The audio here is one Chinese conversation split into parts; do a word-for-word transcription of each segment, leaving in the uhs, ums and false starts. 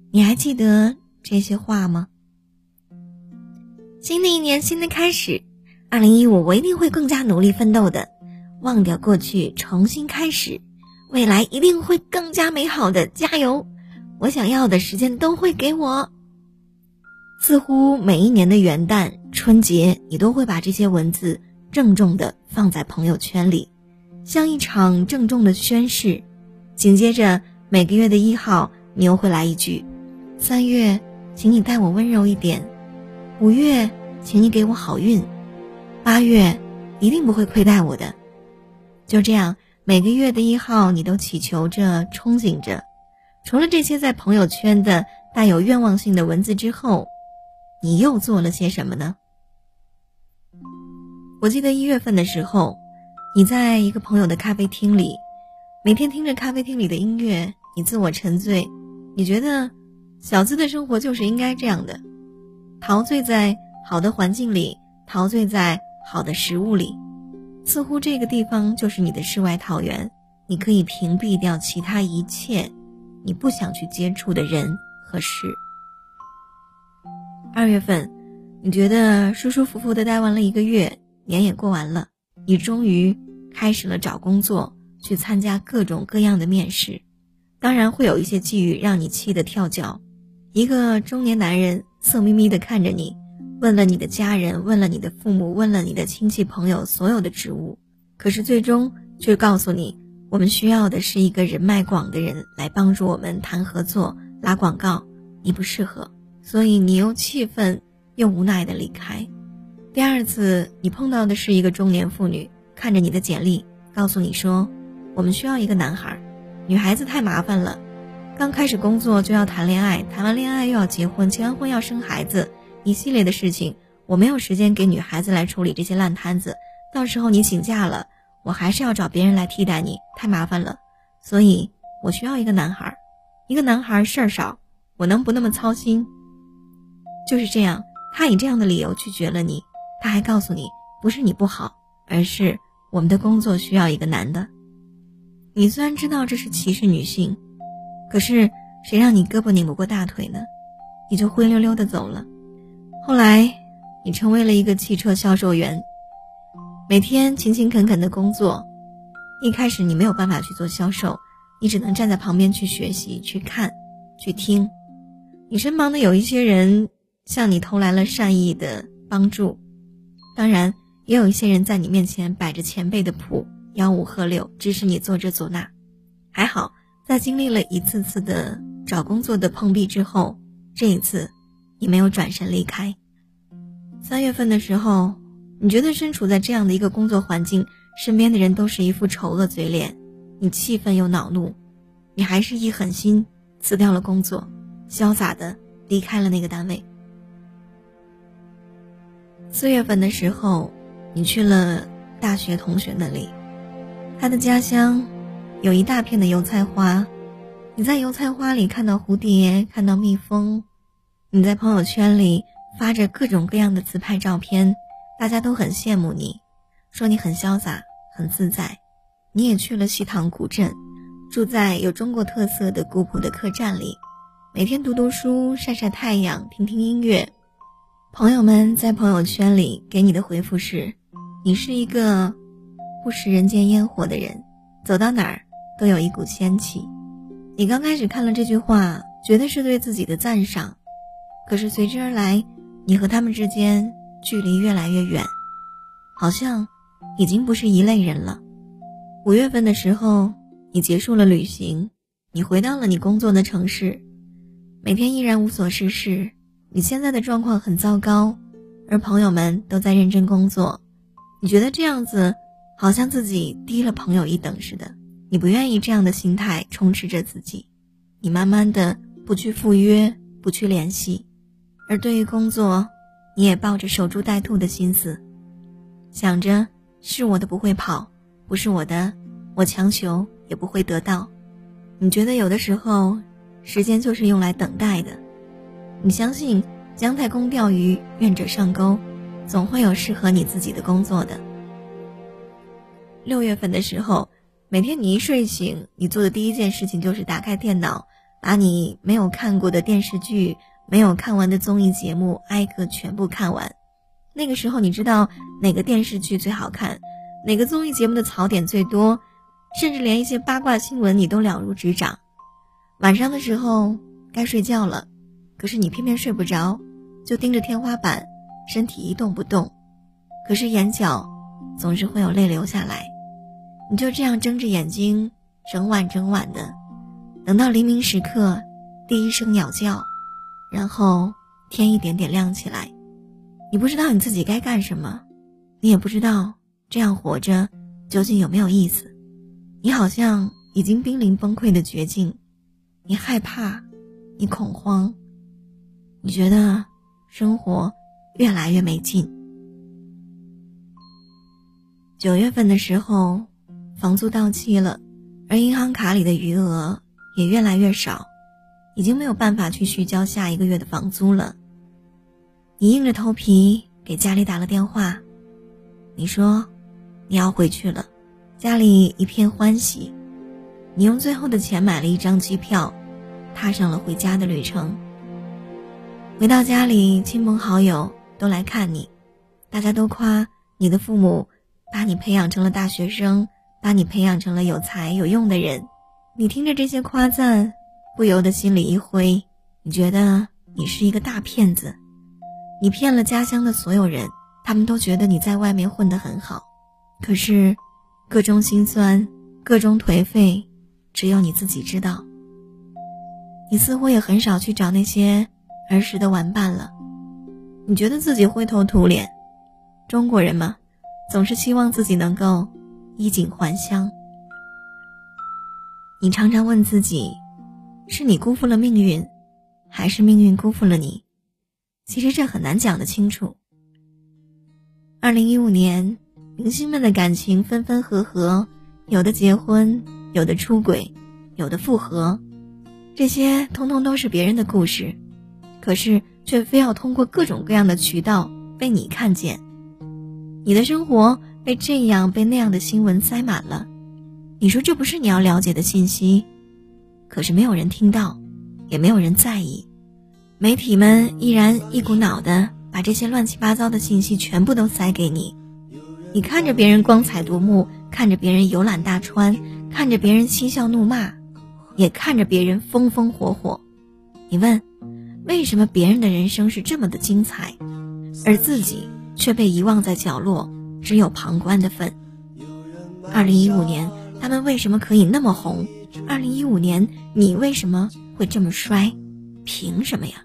你还记得这些话吗？新的一年，新的开始，二零一五我一定会更加努力奋斗的，忘掉过去，重新开始，未来一定会更加美好的，加油！我想要的时间都会给我。似乎每一年的元旦、春节，你都会把这些文字郑重地放在朋友圈里，像一场郑重的宣誓。紧接着每个月的一号，你又会来一句：三月，请你待我温柔一点；五月，请你给我好运；八月，一定不会亏待我的。就这样，每个月的一号，你都祈求着、憧憬着。除了这些在朋友圈的带有愿望性的文字之后，你又做了些什么呢？我记得一月份的时候，你在一个朋友的咖啡厅里，每天听着咖啡厅里的音乐，你自我沉醉，你觉得小资的生活就是应该这样的，陶醉在好的环境里，陶醉在好的食物里，似乎这个地方就是你的世外桃源，你可以屏蔽掉其他一切你不想去接触的人和事。二月份，你觉得舒舒服服的待完了一个月，年也过完了，你终于开始了找工作，去参加各种各样的面试。当然会有一些际遇让你气得跳脚，一个中年男人色眯眯地看着你，问了你的家人，问了你的父母，问了你的亲戚朋友所有的职务，可是最终却告诉你，我们需要的是一个人脉广的人来帮助我们谈合作、拉广告，你不适合，所以你又气愤又无奈地离开。第二次你碰到的是一个中年妇女，看着你的简历，告诉你说，我们需要一个男孩，女孩子太麻烦了，刚开始工作就要谈恋爱，谈完恋爱又要结婚，结完婚要生孩子，一系列的事情，我没有时间给女孩子来处理这些烂摊子，到时候你请假了，我还是要找别人来替代你，太麻烦了，所以我需要一个男孩，一个男孩事儿少，我能不那么操心。就是这样，他以这样的理由拒绝了你，他还告诉你，不是你不好，而是我们的工作需要一个男的。你虽然知道这是歧视女性，可是谁让你胳膊拧不过大腿呢？你就灰溜溜地走了。后来你成为了一个汽车销售员，每天勤勤恳恳的工作。一开始你没有办法去做销售，你只能站在旁边去学习，去看，去听。你身旁的有一些人向你投来了善意的帮助，当然也有一些人在你面前摆着前辈的谱，吆五喝六，指使你做这做那。还好在经历了一次次的找工作的碰壁之后，这一次你没有转身离开。三月份的时候，你觉得身处在这样的一个工作环境，身边的人都是一副丑恶嘴脸，你气愤又恼怒，你还是一狠心辞掉了工作，潇洒的离开了那个单位。四月份的时候，你去了大学同学那里，他的家乡有一大片的油菜花，你在油菜花里看到蝴蝶，看到蜜蜂，你在朋友圈里发着各种各样的自拍照片，大家都很羡慕你，说你很潇洒很自在。你也去了西塘古镇，住在有中国特色的古朴的客栈里，每天读读书，晒晒太阳，听听音乐。朋友们在朋友圈里给你的回复是，你是一个不食人间烟火的人，走到哪儿都有一股仙气。你刚开始看了这句话，觉得是对自己的赞赏，可是随之而来，你和他们之间距离越来越远，好像已经不是一类人了。五月份的时候，你结束了旅行，你回到了你工作的城市，每天依然无所事事，你现在的状况很糟糕，而朋友们都在认真工作，你觉得这样子好像自己低了朋友一等似的，你不愿意这样的心态充斥着自己，你慢慢的不去赴约，不去联系，而对于工作，你也抱着守株待兔的心思，想着是我的不会跑，不是我的，我强求也不会得到。你觉得有的时候，时间就是用来等待的。你相信姜太公钓鱼，愿者上钩，总会有适合你自己的工作的。六月份的时候，每天你一睡醒，你做的第一件事情就是打开电脑， 把你没有看过的电视剧、没有看完的综艺节目挨个全部看完。那个时候你知道哪个电视剧最好看，哪个综艺节目的槽点最多，甚至连一些八卦新闻你都了如指掌。晚上的时候该睡觉了，可是你偏偏睡不着，就盯着天花板，身体一动不动，可是眼角总是会有泪流下来。你就这样睁着眼睛整晚整晚的，等到黎明时刻第一声鸟叫，然后天一点点亮起来。你不知道你自己该干什么，你也不知道这样活着究竟有没有意思。你好像已经濒临崩溃的绝境，你害怕，你恐慌，你觉得生活越来越没劲。九月份的时候，房租到期了，而银行卡里的余额也越来越少，已经没有办法去续交下一个月的房租了。你硬着头皮给家里打了电话，你说你要回去了，家里一片欢喜。你用最后的钱买了一张机票，踏上了回家的旅程。回到家里，亲朋好友都来看你，大家都夸你的父母把你培养成了大学生，把你培养成了有才有用的人。你听着这些夸赞，不由得心里一灰，你觉得你是一个大骗子，你骗了家乡的所有人，他们都觉得你在外面混得很好，可是各种心酸，各种颓废，只有你自己知道。你似乎也很少去找那些儿时的玩伴了，你觉得自己灰头土脸。中国人嘛，总是希望自己能够衣锦还乡。你常常问自己，是你辜负了命运，还是命运辜负了你？其实这很难讲得清楚。二零一五年，明星们的感情分分合合，有的结婚，有的出轨，有的复合，这些通通都是别人的故事，可是却非要通过各种各样的渠道被你看见。你的生活被这样被那样的新闻塞满了，你说这不是你要了解的信息，可是没有人听到，也没有人在意。媒体们依然一股脑的把这些乱七八糟的信息全部都塞给你。你看着别人光彩夺目，看着别人游览大川，看着别人嬉笑怒骂，也看着别人风风火火。你问，为什么别人的人生是这么的精彩，而自己却被遗忘在角落，只有旁观的份？二零一五年他们为什么可以那么红？二零一五年你为什么会这么衰？凭什么呀？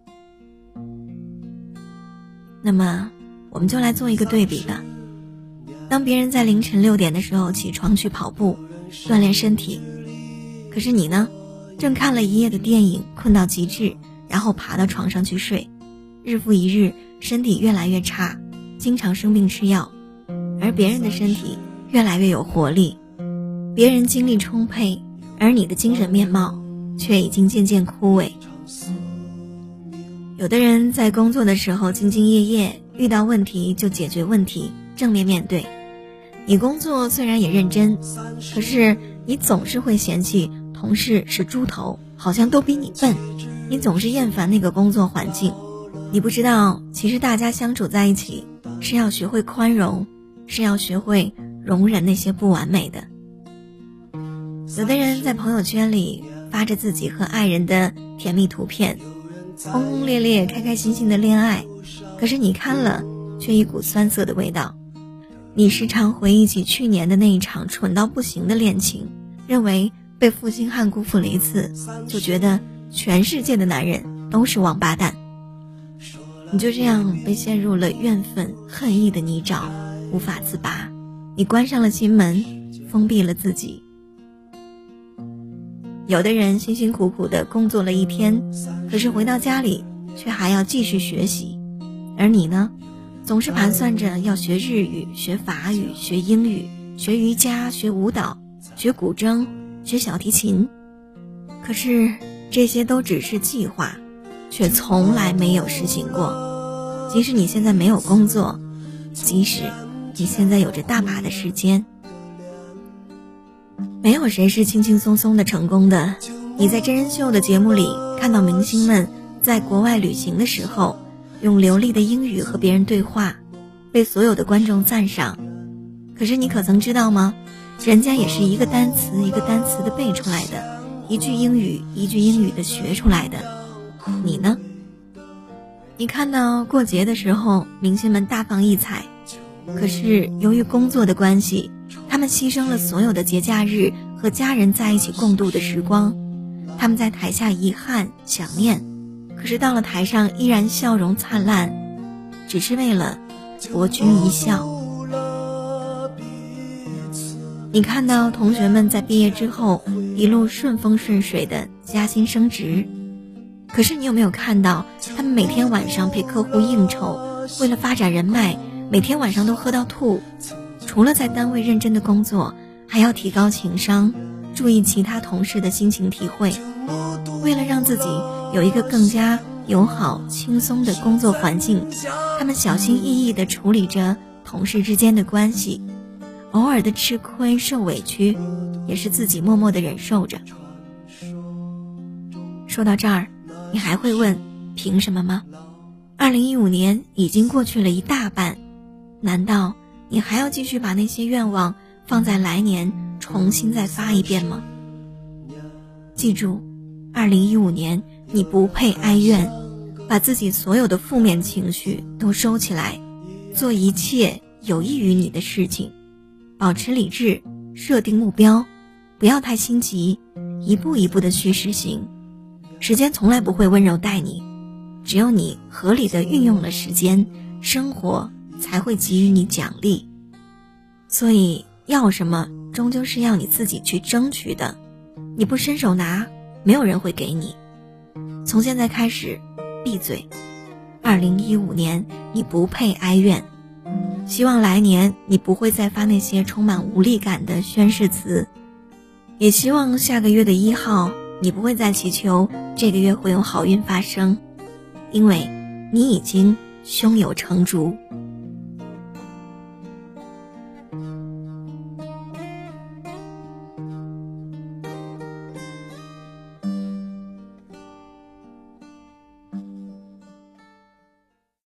那么我们就来做一个对比吧。当别人在凌晨六点的时候起床去跑步锻炼身体，可是你呢，正看了一夜的电影困到极致，然后爬到床上去睡，日复一日，身体越来越差，经常生病吃药。而别人的身体越来越有活力，别人精力充沛，而你的精神面貌却已经渐渐枯萎。有的人在工作的时候兢兢业业，遇到问题就解决问题，正面面对。你工作虽然也认真，可是你总是会嫌弃同事是猪头，好像都比你笨。你总是厌烦那个工作环境。你不知道，其实大家相处在一起是要学会宽容，是要学会容忍那些不完美的。有的人在朋友圈里发着自己和爱人的甜蜜图片，轰轰烈烈开开心心的恋爱，可是你看了却一股酸涩的味道。你时常回忆起去年的那一场蠢到不行的恋情，认为被负心汉辜负了一次，就觉得全世界的男人都是王八蛋。你就这样被陷入了怨愤恨意的泥沼，无法自拔。你关上了心门，封闭了自己。有的人辛辛苦苦地工作了一天，可是回到家里却还要继续学习。而你呢，总是盘算着要学日语、学法语、学英语、学瑜伽、学舞蹈、学古筝、学小提琴。可是这些都只是计划，却从来没有实行过。即使你现在没有工作，即使你现在有着大把的时间，没有谁是轻轻松松的成功的， 你在真人秀的节目里看到明星们在国外旅行的时候，用流利的英语和别人对话，被所有的观众赞赏。可是你可曾知道吗？人家也是一个单词一个单词的背出来的，一句英语一句英语的学出来的。你呢？你看到过节的时候明星们大放异彩，可是由于工作的关系，他们牺牲了所有的节假日和家人在一起共度的时光。他们在台下遗憾想念，可是到了台上依然笑容灿烂，只是为了博君一笑。你看到同学们在毕业之后一路顺风顺水的加薪升职，可是你有没有看到他们每天晚上陪客户应酬，为了发展人脉，每天晚上都喝到吐，除了在单位认真的工作，还要提高情商，注意其他同事的心情体会，为了让自己有一个更加友好轻松的工作环境，他们小心翼翼地处理着同事之间的关系，偶尔的吃亏受委屈也是自己默默地忍受着。说到这儿，你还会问凭什么吗？二零一五年已经过去了一大半，难道你还要继续把那些愿望放在来年重新再发一遍吗？记住，二零一五年你不配哀怨，把自己所有的负面情绪都收起来，做一切有益于你的事情，保持理智，设定目标，不要太心急，一步一步的去实行。时间从来不会温柔待你，只有你合理的运用了时间，生活才会给予你奖励。所以要什么终究是要你自己去争取的，你不伸手拿，没有人会给你。从现在开始闭嘴，二零一五年你不配哀怨。希望来年你不会再发那些充满无力感的宣誓词，也希望下个月的一号你不会再祈求这个月会有好运发生，因为你已经胸有成竹。